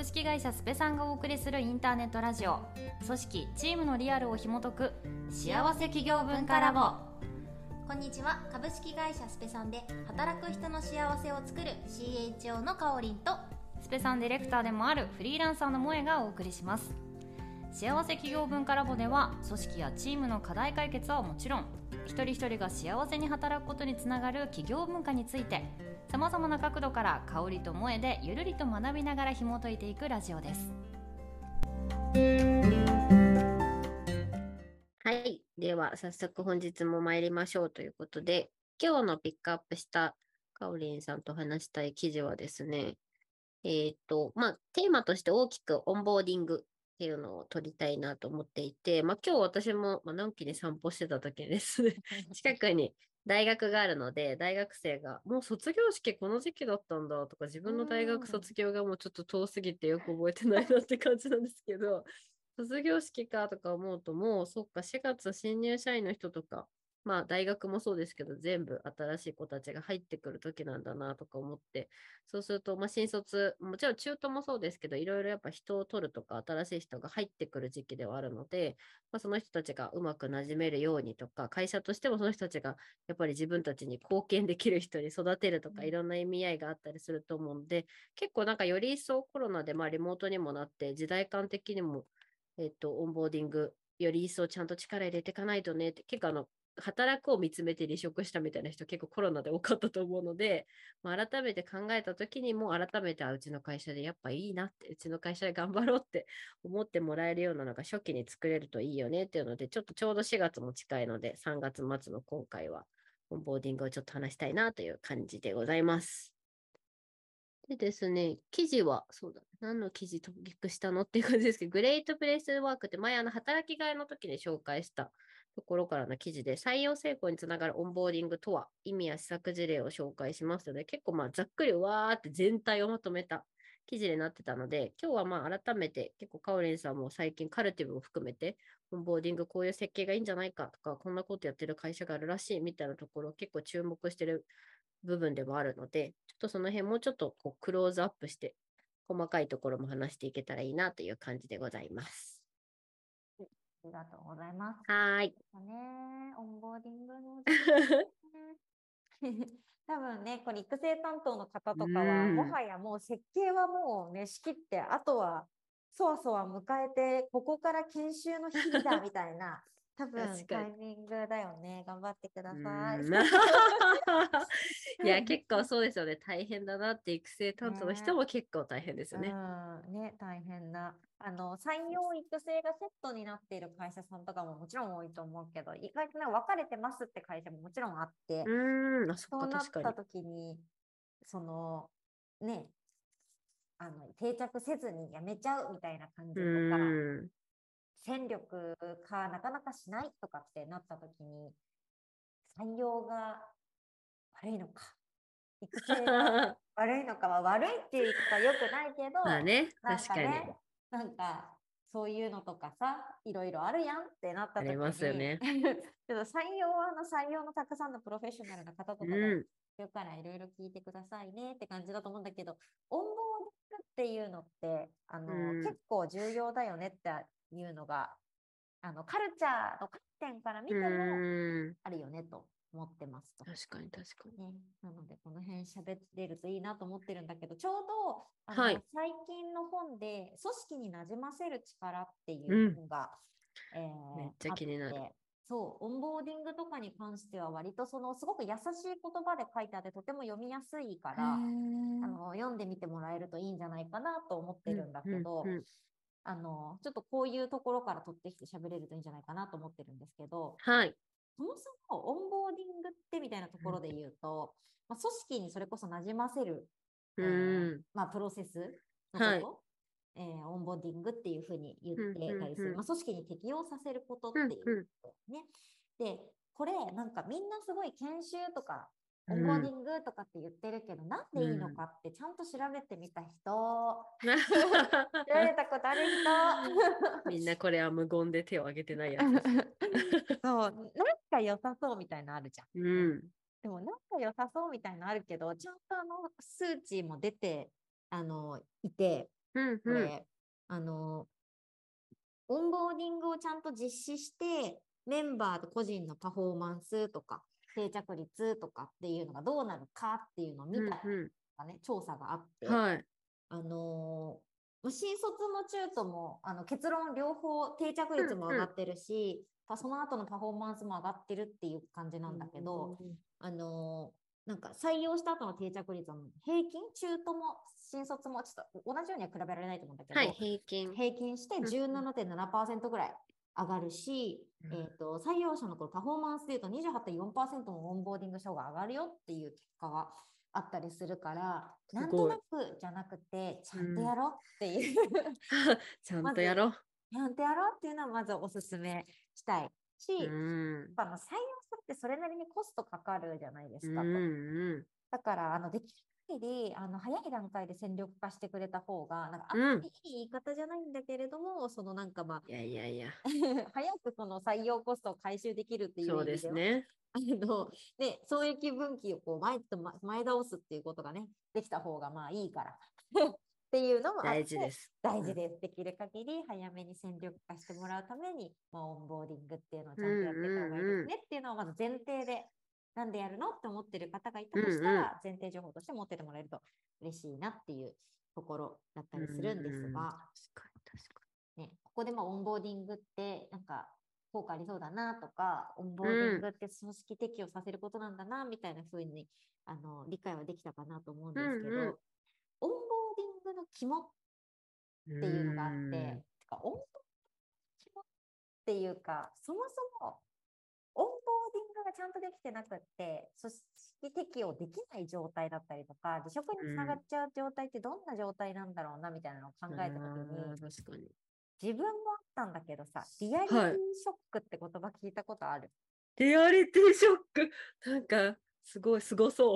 株式会社スペさんがお送りするインターネットラジオ、組織チームのリアルを紐解く幸せ企業文化ラボ。 こんにちは。株式会社スペさんで働く人の幸せを作る CHO のかおりんと、 スペさんディレクターでもあるフリーランサーの萌がお送りします。幸せ企業文化ラボでは、組織やチームの課題解決はもちろん、一人一人が幸せに働くことにつながる企業文化について、さまざまな角度から香りと萌でゆるりと学びながら紐解いていくラジオです。 はい。では、早速本日も参りましょうということで、今日のピックアップしたかおりんさんと話したい記事はですね、テーマとして大きくオンボーディングっていうのを取りたいなと思っていて、今日私も、南紀に散歩してた時にですね、近くに大学があるので、大学生が、もう卒業式この時期だったんだとか、自分の大学卒業がもうちょっと遠すぎてよく覚えてないなって感じなんですけど、卒業式かとか思うと、もうそっか、4月新入社員の人とか、大学もそうですけど、全部新しい子たちが入ってくる時なんだなとか思って、そうすると、新卒、もちろん中途もそうですけど、いろいろやっぱ人を取るとか、新しい人が入ってくる時期ではあるので、その人たちがうまく馴染めるようにとか、会社としてもその人たちがやっぱり自分たちに貢献できる人に育てるとか、いろんな意味合いがあったりすると思うんで、結構より一層コロナでリモートにもなって、時代感的にも、オンボーディング、より一層ちゃんと力入れていかないとねって、結構働くを見つめて離職したみたいな人結構コロナで多かったと思うので、改めて考えた時にも改めてうちの会社でやっぱいいなって、うちの会社で頑張ろうって思ってもらえるようなのが初期に作れるといいよねっていうので、ちょうど4月も近いので、3月末の今回はオンボーディングをちょっと話したいなという感じでございます。でですね、記事は、そうだ、何の記事トピックしたのっていう感じですけど、グレートプレイスワークって前働きがいの時に紹介したところからの記事で、採用成功につながるオンボーディングとは、意味や施策事例を紹介しますので、結構ざっくりわーって全体をまとめた記事になってたので、今日は改めて結構カオリンさんも最近カルティブも含めて、オンボーディングこういう設計がいいんじゃないかとか、こんなことやってる会社があるらしいみたいなところを結構注目してる部分でもあるので、ちょっとその辺もうちょっとクローズアップして、細かいところも話していけたらいいなという感じでございます。 ありがとうございます。 はーい。 オンボーディングの多分ね、これ育成担当の方とかは、もはやもう設計はもうね、仕切って、あとは、そわそわ迎えて、ここから研修の日々だみたいな、多分タイミングだよね。頑張ってください。 いや、結構そうですよね。大変だなって育成担当の人も結構大変ですよね。 ね、大変だ。採用育成がセットになっている会社さんとかももちろん多いと思うけど、意外と分かれてますって会社ももちろんあって、そうなった時に、ね、定着せずに辞めちゃうみたいな感じとか、戦力がなかなかしないとかってなった時に、採用が悪いのか、育成が悪いのかは悪いっていう言い方は良くないけど、なんかそういうのとかさ、いろいろあるやんってなった時に、 ますよね。 採用のたくさんのプロフェッショナルな方とかがいるからいろいろ聞いてくださいねって感じだと思うんだけど、オンボーディングっていうのって結構重要だよねっていうのがカルチャーの観点から見てもあるよねと思ってますと。 確かに、 ね。なのでこの辺喋れるといいなと思ってるんだけど、ちょうど最近の本で組織になじませる力っていう本が、 めっちゃ気になる。 そう、オンボーディングとかに関しては割とすごく優しい言葉で書いてあってとても読みやすいから読んでみてもらえるといいんじゃないかなと思ってるんだけど、ちょっとこういうところから取ってきて喋れるといいんじゃないかなと思ってるんですけど、そもそもオンボーディングってみたいなところで言うと、組織にそれこそなじませる、プロセスのこと、オンボーディングっていうふうに言ってたりする、組織に適用させることっていうことね。で、これなんかみんなすごい研修とかオンボーディングとかって言ってるけど、なんでいいのかってちゃんと調べてみた人、調べたことある人みんなこれは無言で手を挙げてないやつです。 そう、なんか良さそうみたいなのあるじゃん。でもなんか良さそうみたいなのあるけど、ちゃんと数値も出ていて、 うんうん。 これ、オンボーディングをちゃんと実施して、メンバーと個人のパフォーマンスとか、定着率とかっていうのがどうなるかっていうのを見たりとかね、調査があって、 はい。 新卒も中途も結論両方定着率も上がってるし、その後のパフォーマンスも上がってるっていう感じなんだけど、なんか採用した後の定着率は平均、中途も新卒もちょっと同じようには比べられないと思うんだけど、 はい、平均して 17.7% ぐらい上がるし、採用者のこのパフォーマンスでいうと 28.4% もオンボーディング賞が上がるよっていう結果があったりするから、なんとなくじゃなくて、ちゃんとやろうっていう、 ちゃんとやろう。 ちゃんとやろうっていうのはまずおすすめしたいし、採用するってそれなりにコストかかるじゃないですかと。だからできる限り早い段階で戦力化してくれた方が、なんかあんまりいい言い方じゃないんだけれども、そのなんかいや早くその採用コストを回収できるっていうそう意味では、 ですね。 で、損益分岐をこう前倒すっていうことがね、できた方がまあいいからっていうのもあって、 大事です。 大事です。できる限り早めに戦力化してもらうために、オンボーディングっていうのをちゃんとやっていった方がいいですねっていうのをまず前提で、なんでやるのって思ってる方がいたとしたら、前提情報として持っててもらえると嬉しいなっていうところだったりするんですが、 確かにね、ここでオンボーディングってなんか効果ありそうだなとか、オンボーディングって組織適用させることなんだなみたいな風に理解はできたかなと思うんですけど、オンボーディングの肝っていうのがあって、オンボーディングの肝っていうか、そもそもオンボーディングがちゃんとできてなくって、組織適用できない状態だったりとか、離職につながっちゃう状態ってどんな状態なんだろうなみたいなのを考えたときに、 確かに自分もあったんだけどさ、リアリティショックって言葉聞いたことある？ リアリティショック、なんかすごそう。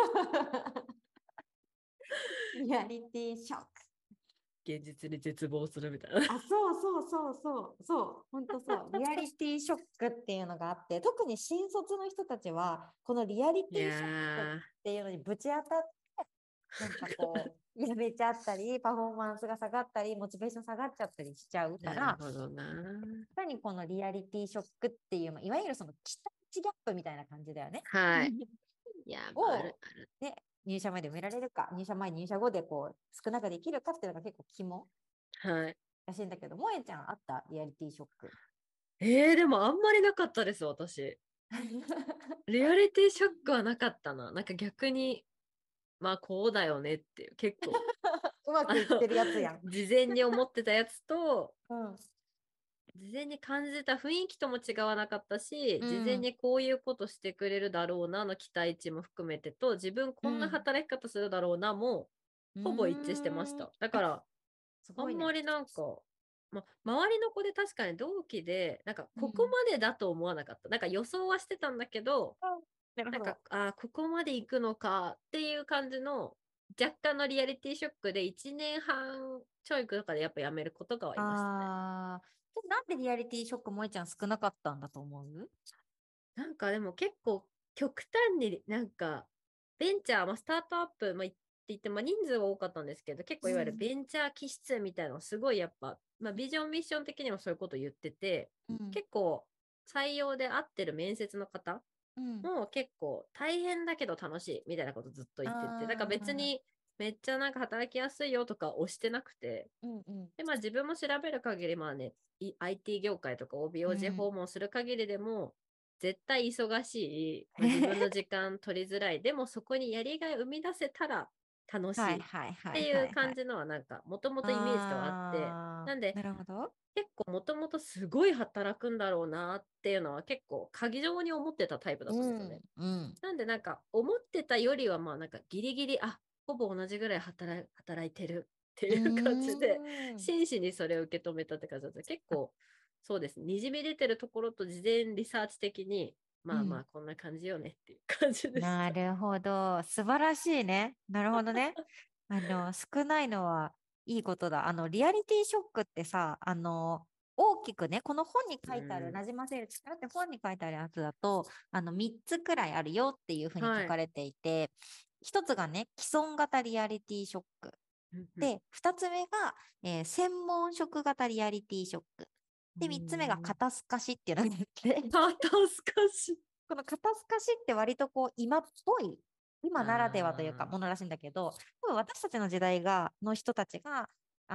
リアリティショック。 現実に絶望するみたいな。 そう、本当そう。リアリティショックっていうのがあって、特に新卒の人たちは、このリアリティショックっていうのにぶち当たって、なんかこう、やめちゃったり、パフォーマンスが下がったり、モチベーション下がっちゃったりしちゃうから、 なるほどな。 さにこのリアリティショックっていう、いわゆるその期待値ギャップみたいな感じだよね。 はい。いや、ある。 ね、入社前で埋められるか、入社前、入社後でこう少なくできるかっていうのが結構肝らしいんだけど、萌ちゃんあったリアリティショック？ でもあんまりなかったです、私。リアリティショックはなかったな。なんか逆に、まあこうだよねっていう、結構。 うまくいってるやつやん。 事前に思ってたやつと、事前に感じた雰囲気とも違わなかったし、事前にこういうことしてくれるだろうなの期待値も含めてと、自分こんな働き方するだろうなも、ほぼ一致してました。だから、あんまりなんか、周りの子で確かに同期で、なんかここまでだと思わなかった。なんか予想はしてたんだけど、なんか、ここまで行くのかっていう感じの若干のリアリティショックで1年半ちょいとかでやっぱやめることがはいましたね。 なんでリアリティショック萌ちゃん少なかったんだと思う？ なんかでも結構極端になんかベンチャー、スタートアップ、って言って、人数は多かったんですけど、結構いわゆるベンチャー気質みたいなのすごいやっぱ、ビジョンミッション的にもそういうこと言ってて、結構採用で会ってる面接の方もう結構大変だけど楽しいみたいなことずっと言ってて、だから別にめっちゃなんか働きやすいよとか押してなくて、で自分も調べる限りIT 業界とか OBOG 訪問する限りでも絶対忙しい、自分の時間取りづらいでもそこにやりがいを生み出せたら楽しいっていう感じのはなんかもともとイメージではあってなんで結構もともとすごい働くんだろうなっていうのは結構過剰に思ってたタイプだったんですよね。なんでなんか思ってたよりはなんかギリギリほぼ同じぐらい働いてるっていう感じで真摯にそれを受け止めたって感じだった。結構そうですね、にじみ出てるところと事前リサーチ的にこんな感じよねっていう感じです。 なるほど、素晴らしいね。なるほどね。少ないのはいいことだ。リアリティショックってさ、大きくね、この本に書いてある、なじませる力って本に書いてあるやつだと、3つくらいあるよっていうふうに書かれていて、1つがね、既存型リアリティショック。 で、2つ目が、専門職型リアリティショック。で、3つ目が肩透かしっていうのがあって、 肩透かし。 この肩透かしって割とこう今っぽい、今ならではというかものらしいんだけど、多分私たちの時代の人たちが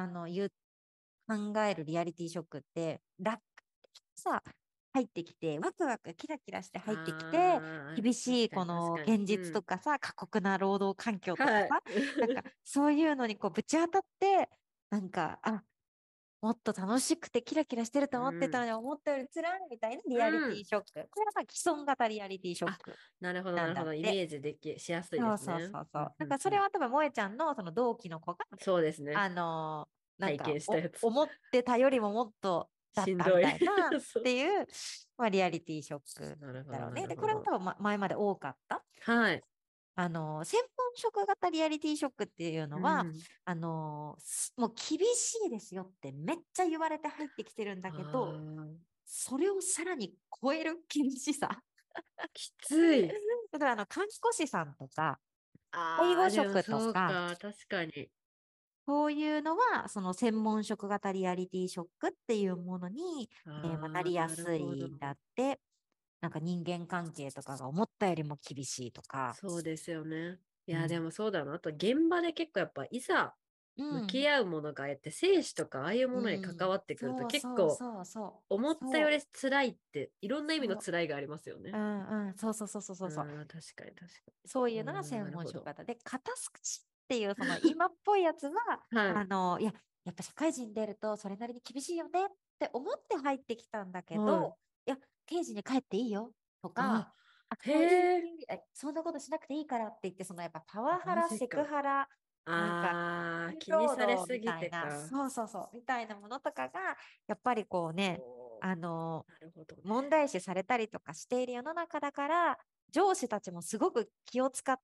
考えるリアリティショックって、楽さ入ってきて、ワクワクキラキラして入ってきて、厳しいこの現実とかさ、過酷な労働環境とかさ、なんかそういうのにこうぶち当たって、なんか、もっと楽しくてキラキラしてると思ってたのに、思ったより辛いみたいなリアリティショック。これがさ、既存型リアリティショック。 なるほど、なるほど。イメージしやすいですね。 そう。なんかそれは多分、萌ちゃんのその同期の子が、 そうですね。 なんか体験したやつ。 思ってたよりももっとだったみたいなっていう、リアリティショックだろうね。で、これは多分前まで多かった。 はい。 専門職型リアリティショックっていうのは、もう厳しいですよってめっちゃ言われて入ってきてるんだけど、それをさらに超える厳しさ。 きつい。 だから看護師さんとか、介護職とか、 確かに。 そういうのは、その専門職型リアリティショックっていうものに、なりやすいんだって。なんか人間関係とかが思ったよりも厳しいとか。 そうですよね。いや、でもそうだな。あと現場で結構やっぱいざ向き合うものがあって生死とかああいうものに関わってくると結構思ったより辛いっていろんな意味の辛いがありますよね。 そう。 確かに。 そういうのが専門職型で、肩透かしっていうその今っぽいやつは、いや、やっぱ社会人出るとそれなりに厳しいよねって思って入ってきたんだけど、いや、定時に帰っていいよとか、そんなことしなくていいからって言って、そのやっぱパワハラ、セクハラ、なんか、 気にされすぎてか。 そう、みたいなものとかが、やっぱりこうね、問題視されたりとかしている世の中だから、上司たちもすごく気を使って、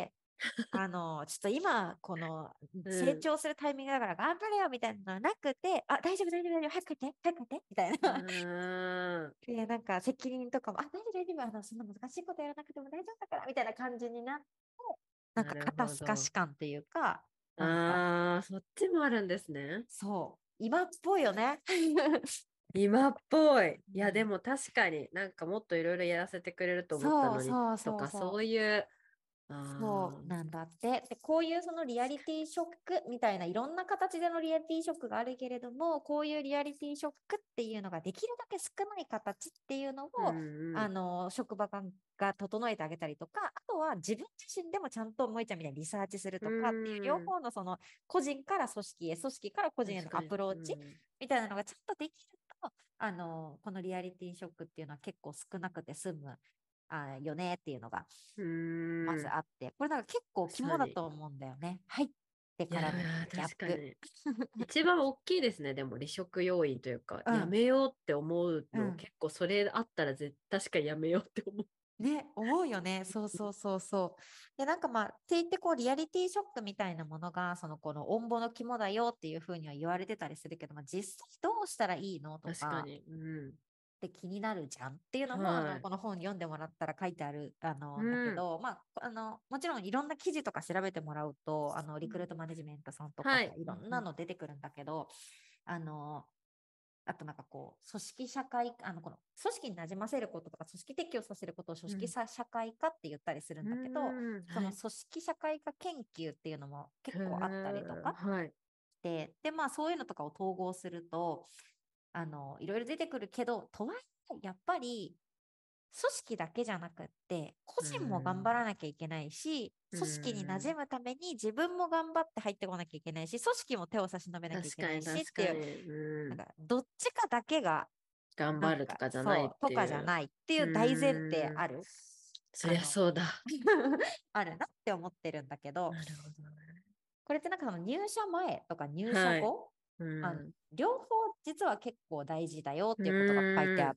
ちょっと今、この成長するタイミングだから頑張れよみたいなのはなくて、大丈夫、早く帰って、みたいな。で、なんか責任とかも、大丈夫、そんな難しいことやらなくても大丈夫だから、みたいな感じになって、なんか肩透かし感っていうか、 そっちもあるんですね。 そう。今っぽいよね。 今っぽい。いや、でも確かになんかもっといろいろやらせてくれると思ったのにとか、そういう。 そうなんだって。で、こういうそのリアリティショックみたいないろんな形でのリアリティショックがあるけれども、こういうリアリティショックっていうのができるだけ少ない形っていうのを、職場が整えてあげたりとか、あとは自分自身でもちゃんと萌ちゃんみたいにリサーチするとかっていう両方のその個人から組織へ、組織から個人へのアプローチみたいなのがちゃんとできると、このリアリティショックっていうのは結構少なくて済む。よねっていうのがまずあって、これなんか結構肝だと思うんだよね。入ってからのギャップ。 一番大きいですね。でも離職要因というか、やめようって思うの、結構それあったら確かにやめようって思う。 ね、思うよね。そう。で、なんかって言ってリアリティショックみたいなものが、このオンボの肝だよっていうふうには言われてたりするけど、実際どうしたらいいのとか。 確かに。 って気になるじゃんっていうのも、この本読んでもらったら書いてあるだけど、もちろんいろんな記事とか調べてもらうとリクルートマネジメントさんとか、いろんなの出てくるんだけど、あとなんかこう組織社会この組織になじませることとか組織適応させることを組織社会化って言ったりするんだけど、その組織社会化研究っていうのも結構あったりとかで、そういうのとかを統合するといろいろ出てくるけど、とはいえやっぱり組織だけじゃなくって個人も頑張らなきゃいけないし、組織に馴染むために自分も頑張って入ってこなきゃいけないし、組織も手を差し伸べなきゃいけないしっていう、なんかどっちかだけが頑張るとかじゃないっていう大前提ある。 そりゃそうだ。 あるなって思ってるんだけど、 なるほどね。 これってなんか入社前とか入社後、両方実は結構大事だよっていうことが書いてあって、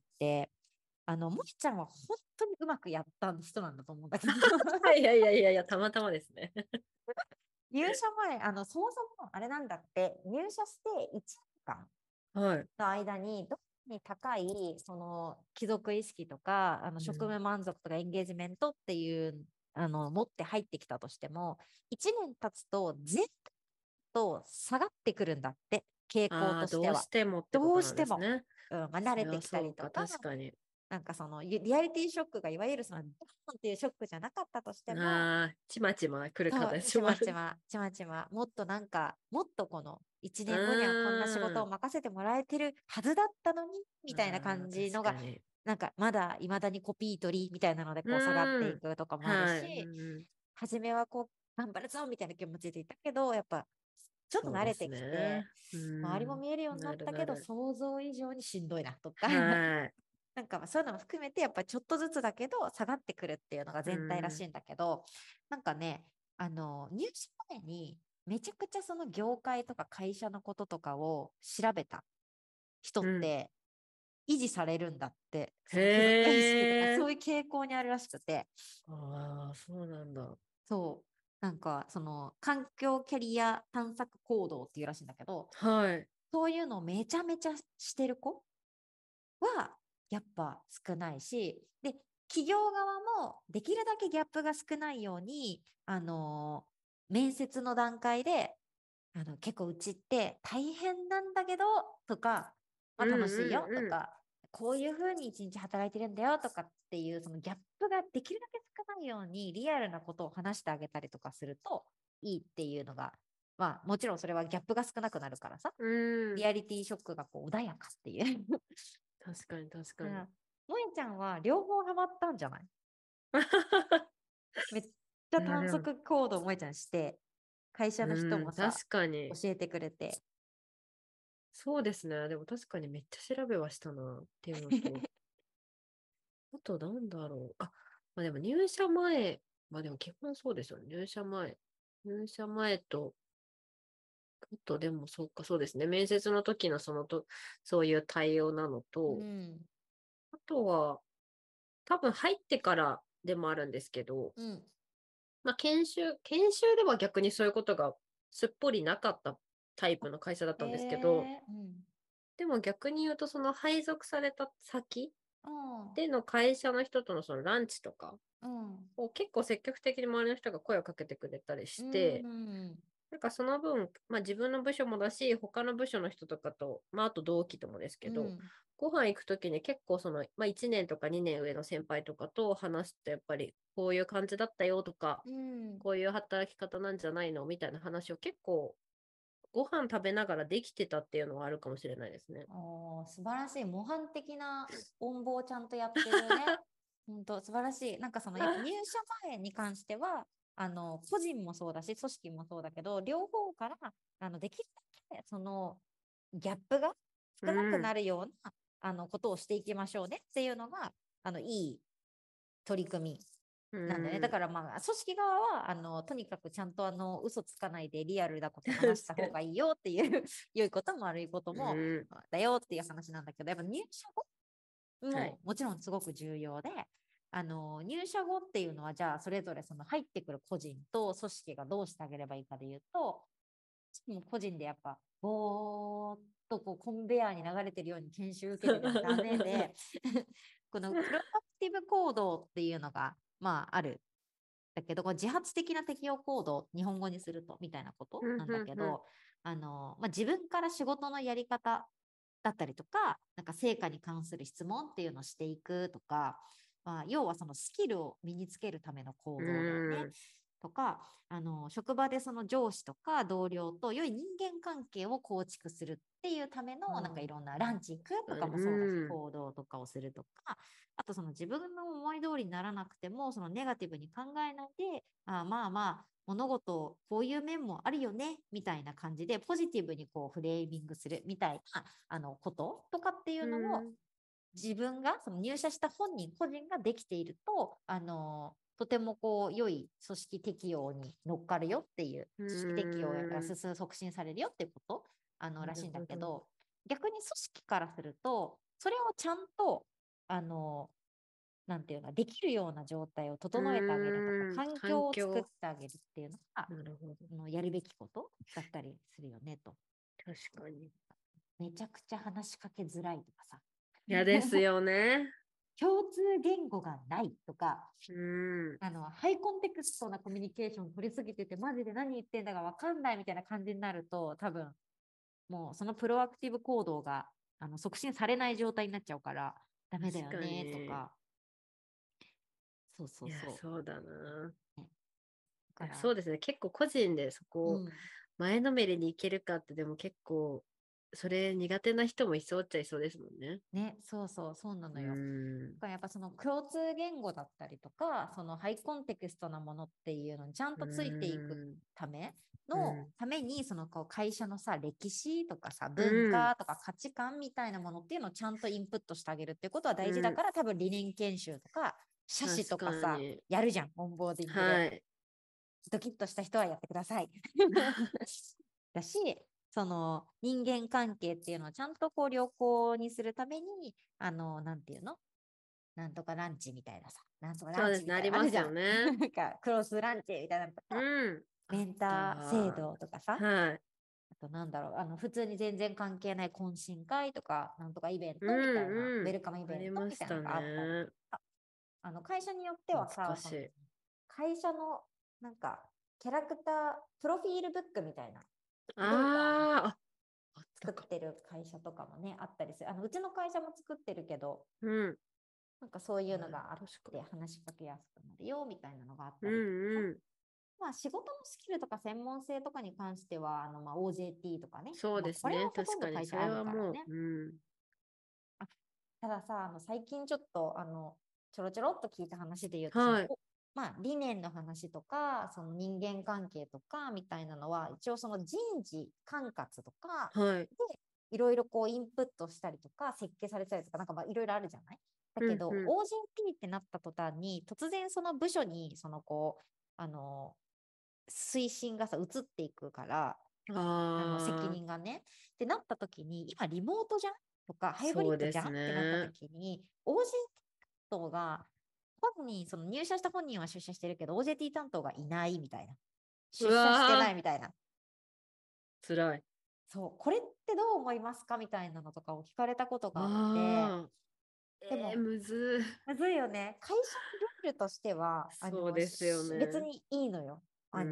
もちちゃんは本当にうまくやった人なんだと思うんだけど。 いや、たまたまですね。 入社前、そもそもあれなんだって、入社して1年間の間に、どこに高いその帰属意識とか職務満足とかエンゲージメントっていう持って入ってきたとしても、1年経つと絶対と下がってくるんだって、傾向としては。 どうしてもってことなんですね。 慣れてきたりとか、 確かに。 なんかそのリアリティショックがいわゆるそのドーンっていうショックじゃなかったとしても、 ちまちま来る形もある。ちまちま、もっとなんか、もっとこの1年後にはこんな仕事を任せてもらえてるはずだったのに、みたいな感じのが、なんかまだ未だにコピー取りみたいなのでこう下がっていくとかもあるし、初めはこう頑張るぞみたいな気持ちでいたけど、やっぱちょっと慣れてきて、周りも見えるようになったけど、想像以上にしんどいなとか、なんかそういうのも含めて、やっぱりちょっとずつだけど下がってくるっていうのが全体らしいんだけど、なんかね、入社前にめちゃくちゃその業界とか会社のこととかを調べた人って維持されるんだって、そういう傾向にあるらしくて。 そうなんだ。 そう。なんか、その、環境キャリア探索行動っていうらしいんだけど、そういうのをめちゃめちゃしてる子は、やっぱ少ないし、で、企業側もできるだけギャップが少ないように、面接の段階で、結構うちって大変なんだけど、とか、まあ、楽しいよとか、こういうふうに一日働いてるんだよとかっていう、そのギャップができるだけ少ないようにリアルなことを話してあげたりとかするといいっていうのが、まあもちろんそれはギャップが少なくなるからさ、リアリティショックがこう穏やかっていう確かに確かに。 萌ちゃんは両方ハマったんじゃない？めっちゃ短足行動萌ちゃんして、会社の人もさ、 確かに教えてくれて。 そうですね。でも確かにめっちゃ調べはしたなっていうのと、あとなんだろう。まあでも入社前、まあでも基本そうですよね。入社前と、あとでもそうですね。面接の時のそういう対応なのと、あとは、多分入ってからでもあるんですけど、まあ研修では逆にそういうことがすっぽりなかったタイプの会社だったんですけど、でも逆に言うとその配属された先での会社の人とのそのランチとかを結構積極的に周りの人が声をかけてくれたりして、なんかその分、まあ自分の部署もだし、他の部署の人とかと、まああと同期ともですけど、ご飯行くときに結構まあ1年とか2年上の先輩とかと話すとやっぱりこういう感じだったよとか、こういう働き方なんじゃないのみたいな話を結構ご飯食べながらできてたっていうのはあるかもしれないですね。 素晴らしい。模範的な音棒をちゃんとやってるね。本当素晴らしい。なんかそのやっぱ入社前に関しては、個人もそうだし、組織もそうだけど、両方から、できるだけそのギャップが少なくなるような、ことをしていきましょうねっていうのが、いい取り組みなんだね。だからまあ、組織側は、とにかくちゃんと嘘つかないでリアルなこと話した方がいいよっていう良いことも悪いことも、だよっていう話なんだけど、やっぱ入社後ももちろんすごく重要で、入社後っていうのは、じゃあそれぞれその入ってくる個人と組織がどうしてあげればいいかでいうと、個人でやっぱ、ぼーっとこうコンベヤーに流れてるように研修受けててもダメで、このプロアクティブ行動っていうのが、まあ、ある。だけど、こ自発的な適応行動、日本語にすると、みたいなことなんだけど、まあ、自分から仕事のやり方だったりとか、なんか成果に関する質問っていうのをしていくとか、まあ、要はそのスキルを身につけるための行動だよね。とか、職場でその上司とか同僚と良い人間関係を構築するっていうための、なんかいろんなランチ行くとかもそうだし、行動とかをするとか、あとその自分の思い通りにならなくても、そのネガティブに考えないで、まあまあ、物事、こういう面もあるよね、みたいな感じで、ポジティブにこうフレーミングするみたいな、こととかっていうのを、自分が、その入社した本人、個人ができていると、とてもこう良い組織適用に乗っかるよっていう、組織適用が促進されるよっていうことらしいんだけど、逆に組織からすると、それをちゃんとなんていうか、できるような状態を整えてあげるとか、環境を作ってあげるっていうのが、やるべきことだったりするよねと。 確かに。 めちゃくちゃ話しかけづらいとかさ。 嫌ですよね。 共通言語がないとか、 うん。 ハイコンテクストなコミュニケーション取りすぎてて、マジで何言ってんだか分かんないみたいな感じになると、多分、もうそのプロアクティブ行動が促進されない状態になっちゃうから、ダメだよねとか。そうそいや、 うそう。 そうだな。 ね、だからそうですね。結構個人でそこを前のめりにいけるかって、でも結構、それ苦手な人もいそうっちゃいそうですもんね。 ね、そうそう、そうなのよ。 うん。 だからやっぱその共通言語だったりとか、そのハイコンテクストなものっていうのにちゃんとついていくために、そのこう会社のさ、歴史とかさ、文化とか価値観みたいなものっていうのをちゃんとインプットしてあげるっていうことは大事だから、多分理念研修とか、写真とかさ、やるじゃん、オンボーディングで。はい、ドキッとした人はやってください。だし、その人間関係っていうのをちゃんとこう良好にするために、なんていうの、なんとかランチみたいなさ、なんとかランチみたいなのあるじゃん。なんかクロスランチみたいなのとか、メンター制度とかさ、はい、あとなんだろう、普通に全然関係ない懇親会とか、なんとかイベントみたいな、ウェルカムイベントみたいなのがあったりとか、会社によってはさ、会社のなんかキャラクター、プロフィールブックみたいな、作ってる会社とかもね、あったりする。うちの会社も作ってるけど、なんかそういうのがあって話しかけやすくなるよみたいなのがあったりとか、まあ仕事のスキルとか専門性とかに関しては、まあ OJT とかね。 そうですね。 これはほとんど会社あるからね。たださ、最近ちょっと、ちょろちょろっと聞いた話で言うと、まあ理念の話とか、その人間関係とかみたいなのは、一応その人事管轄とかで、いろいろこうインプットしたりとか、設計されたりとか、なんかまあいろいろあるじゃない。だけど、OJT ってなった途端に、突然その部署に、そのこう、推進がさ、移っていくから、責任がね。ってなった時に、今リモートじゃんとか、ハイブリッドじゃん、ってなった時に、OJT 担当が、本人、その入社した本人は出社してるけど、OJT 担当がいないみたいな。出社してないみたいな。 辛い。 そう、これってどう思いますかみたいなのとかを聞かれたことがあって、でも、 むずいよね。会社のルールとしては、 そうですよね。 別にいいのよ。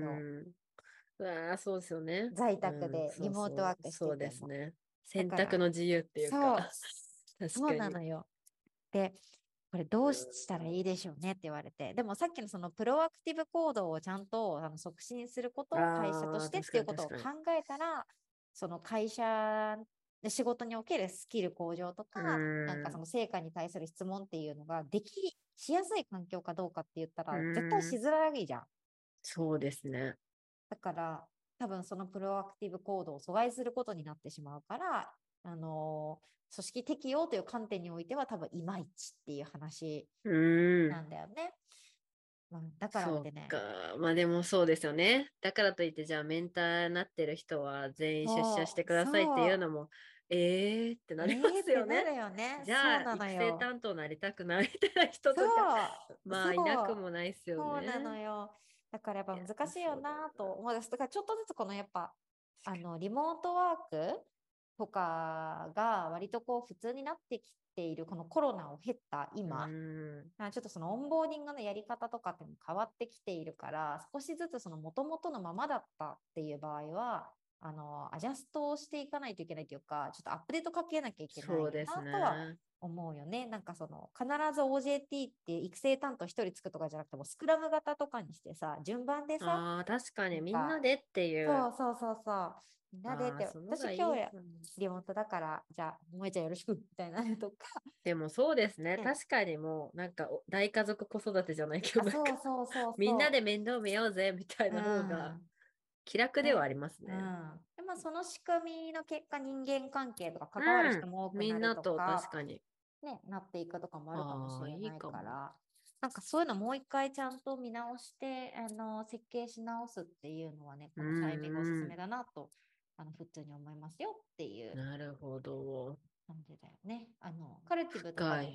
そうですよね。 在宅でリモートワークしてても。 そうですね。選択の自由っていうか。 そうなのよ。で、これどうしたらいいでしょうねって言われて、でもさっきのそのプロアクティブ行動をちゃんと促進することを会社としてっていうことを考えたら、その会社で仕事におけるスキル向上とか、なんかその成果に対する質問っていうのがしやすい環境かどうかって言ったら、絶対しづらいじゃん。 そうですね。 だから多分そのプロアクティブ行動を阻害することになってしまうから、組織適用という観点においては多分いまいちっていう話なんだよね。だからってね。 まあでもそうですよね。だからといってじゃあメンターになってる人は全員出社してくださいっていうのもってなりますよね。じゃあ育成担当なりたくないみたいな人とかまあいなくもないですよね。 そうなのよ。だからやっぱ難しいよなと思うんです。だからちょっとずつこのやっぱリモートワークとかが割とこう普通になってきているこのコロナを経った今、ちょっとそのオンボーディングのやり方とかっても変わってきているから、少しずつその元々のままだったっていう場合はアジャストをしていかないといけないというか、ちょっとアップデートかけなきゃいけないなとは思うよね。なんかその必ず OJT って育成担当1人つくとかじゃなくても、スクラム型とかにしてさ、順番でさ、 確かにみんなでっていう。 そうみんなでって、私今日リモートだからじゃあ萌ちゃんよろしくみたいなのとか。 でもそうですね、確かにもうなんか大家族子育てじゃないけど、みんなで面倒見ようぜみたいな方が気楽ではありますね。 でもその仕組みの結果、人間関係とか関わる人も多くなるとか、 みんなと確かにね、なっていくとかもあるかもしれないから、なんかそういうのもう一回ちゃんと見直して設計し直すっていうのはね、このタイミングおすすめだなと普通に思いますよっていう。 なるほど。 感じだよね。カルティブとかでも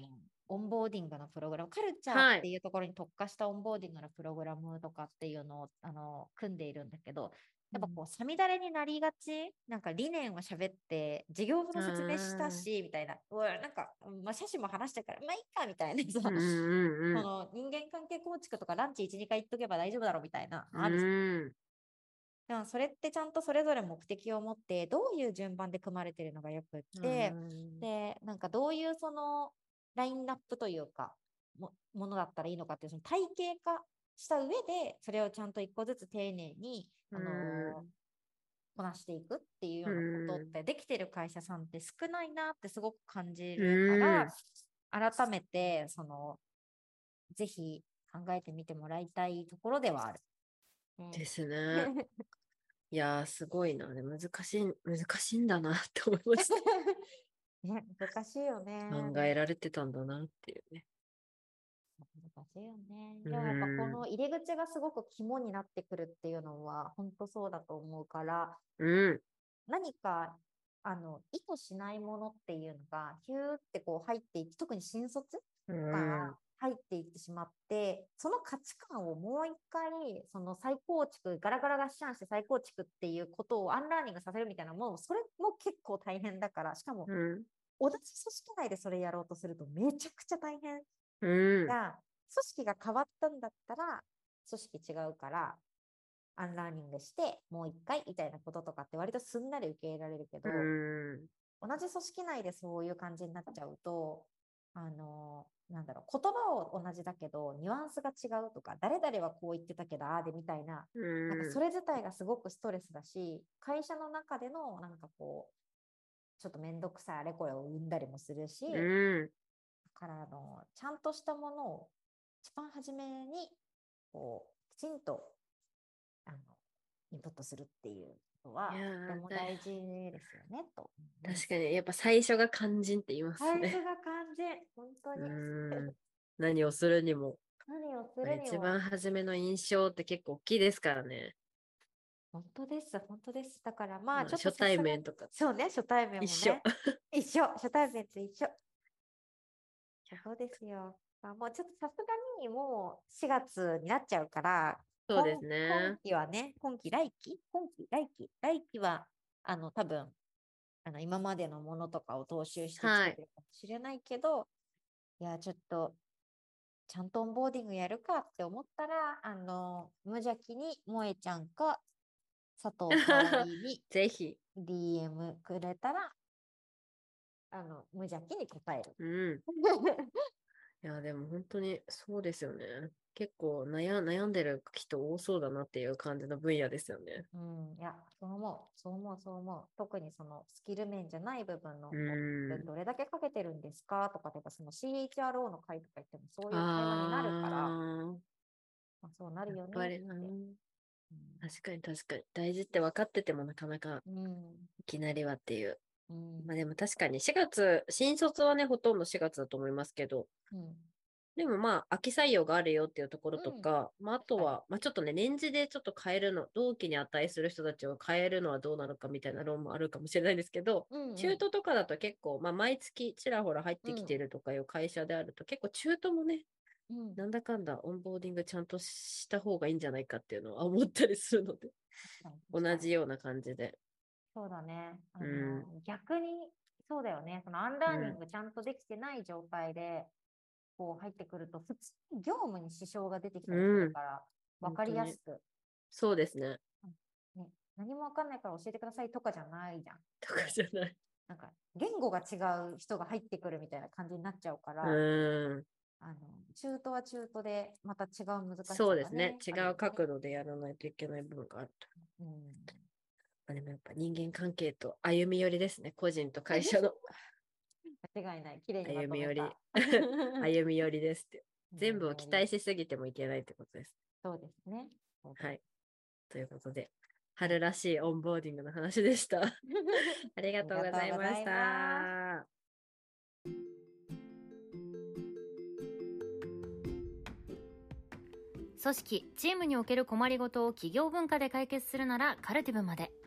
オンボーディングのプログラム、カルチャーはいっていうところに特化したオンボーディングのプログラムとかっていうのを組んでいるんだけど、やっぱこう、さみだれになりがち、なんか理念を喋って、事業部の説明したし、みたいな、なんか、まあ、写真も話したから、まあいいか、みたいなさ、 うんうんその人間関係構築とかランチ1、2回行っとけば大丈夫だろうみたいな、 うんうんでもそれってちゃんとそれぞれ目的を持って、どういう順番で組まれてるのがよくって、で、なんかどういうそのラインナップというか、ものだったらいいのかっていう、その体系化した上で、それをちゃんと一個ずつ丁寧に、こなしていくっていうようなことってできてる会社さんって少ないなってすごく感じるから、改めてぜひ考えてみてもらいたいところではある。 ですね。いやー、すごいな。難しいんだなって思いました。 ね、難しいよね。 考えられてたんだなっていうね。 難しいよね。でもやっぱこの入り口がすごく肝になってくるっていうのは本当そうだと思うから、何か意図しないものっていうのがヒューってこう入っていって、特に新卒が入っていってしまって、その価値観をもう一回その再構築、ガラガラガッシャンして再構築っていうことをアンラーニングさせるみたいなもの、それも結構大変だから、しかも、同じ組織内でそれやろうとするとめちゃくちゃ大変。組織が変わったんだったら組織違うからアンラーニングしてもう一回みたいなこととかって割とすんなり受け入れられるけど、同じ組織内でそういう感じになっちゃうとなんだろう、言葉を同じだけどニュアンスが違うとか、誰々はこう言ってたけどああでみたいな、なんかそれ自体がすごくストレスだし、会社の中でのなんかこうちょっとめんどくさいあれこれを生んだりもするし、からちゃんとしたものを一番初めにこうきちんとインプットするっていうのはとても大事ですよねと。 確かにやっぱ最初が肝心って言いますね。 最初が肝心、本当に。 何をするにも一番初めの印象って結構大きいですからね。 本当です、本当です。だからまあちょっと初対面とか。 そうね、初対面もね。一緒、初対面と一緒。そうですよ。もうちょっとさすがにもう4月になっちゃうから、 そうですね。 今期はね、来期は多分今までのものとかを踏襲してきてるかもしれないけど、いやちょっとちゃんとオンボーディングやるかって思ったら無邪気に萌えちゃんか佐藤香織にぜひ DM くれたら無邪気に答える。 いやでも本当にそうですよね。結構悩んでる人多そうだなっていう感じの分野ですよね。 いやそう思う。特にそのスキル面じゃない部分のどれだけかけてるんですかとか、例えばその CHRO の会とか言ってもそういう会話になるから、そうなるよねって。 やっぱり確かに大事って分かっててもなかなかいきなりはっていう。まあでも確かに4月、新卒はね、ほとんど4月だと思いますけど、でもまあ、秋採用があるよっていうところとか、あとは、ちょっとね、年次でちょっと変えるの、同期に値する人たちを変えるのはどうなのかみたいな論もあるかもしれないですけど、中途とかだと結構、毎月ちらほら入ってきてるとかいう会社であると、結構中途もね、なんだかんだオンボーディングちゃんとした方がいいんじゃないかっていうのは思ったりするので、同じような感じで。 そうだね。逆に、そうだよね。そのアンラーニングちゃんとできてない状態で、こう入ってくると、普通に業務に支障が出てきたりするから、分かりやすく。 そうですね。 何も分かんないから教えてくださいとかじゃないじゃん。 とかじゃない。 なんか、言語が違う人が入ってくるみたいな感じになっちゃうから、中途は中途で、また違う難しさがね。 そうですね。違う角度でやらないといけない部分があると。でもやっぱ人間関係と歩み寄りですね。個人と会社の。 間違いない。綺麗に歩み寄り。歩み寄りですって。全部を期待しすぎてもいけないってことです。 そうですね。 はい。ということで、春らしいオンボーディングの話でした。ありがとうございました。 組織・チームにおける困りごとを企業文化で解決するならカルティブまで。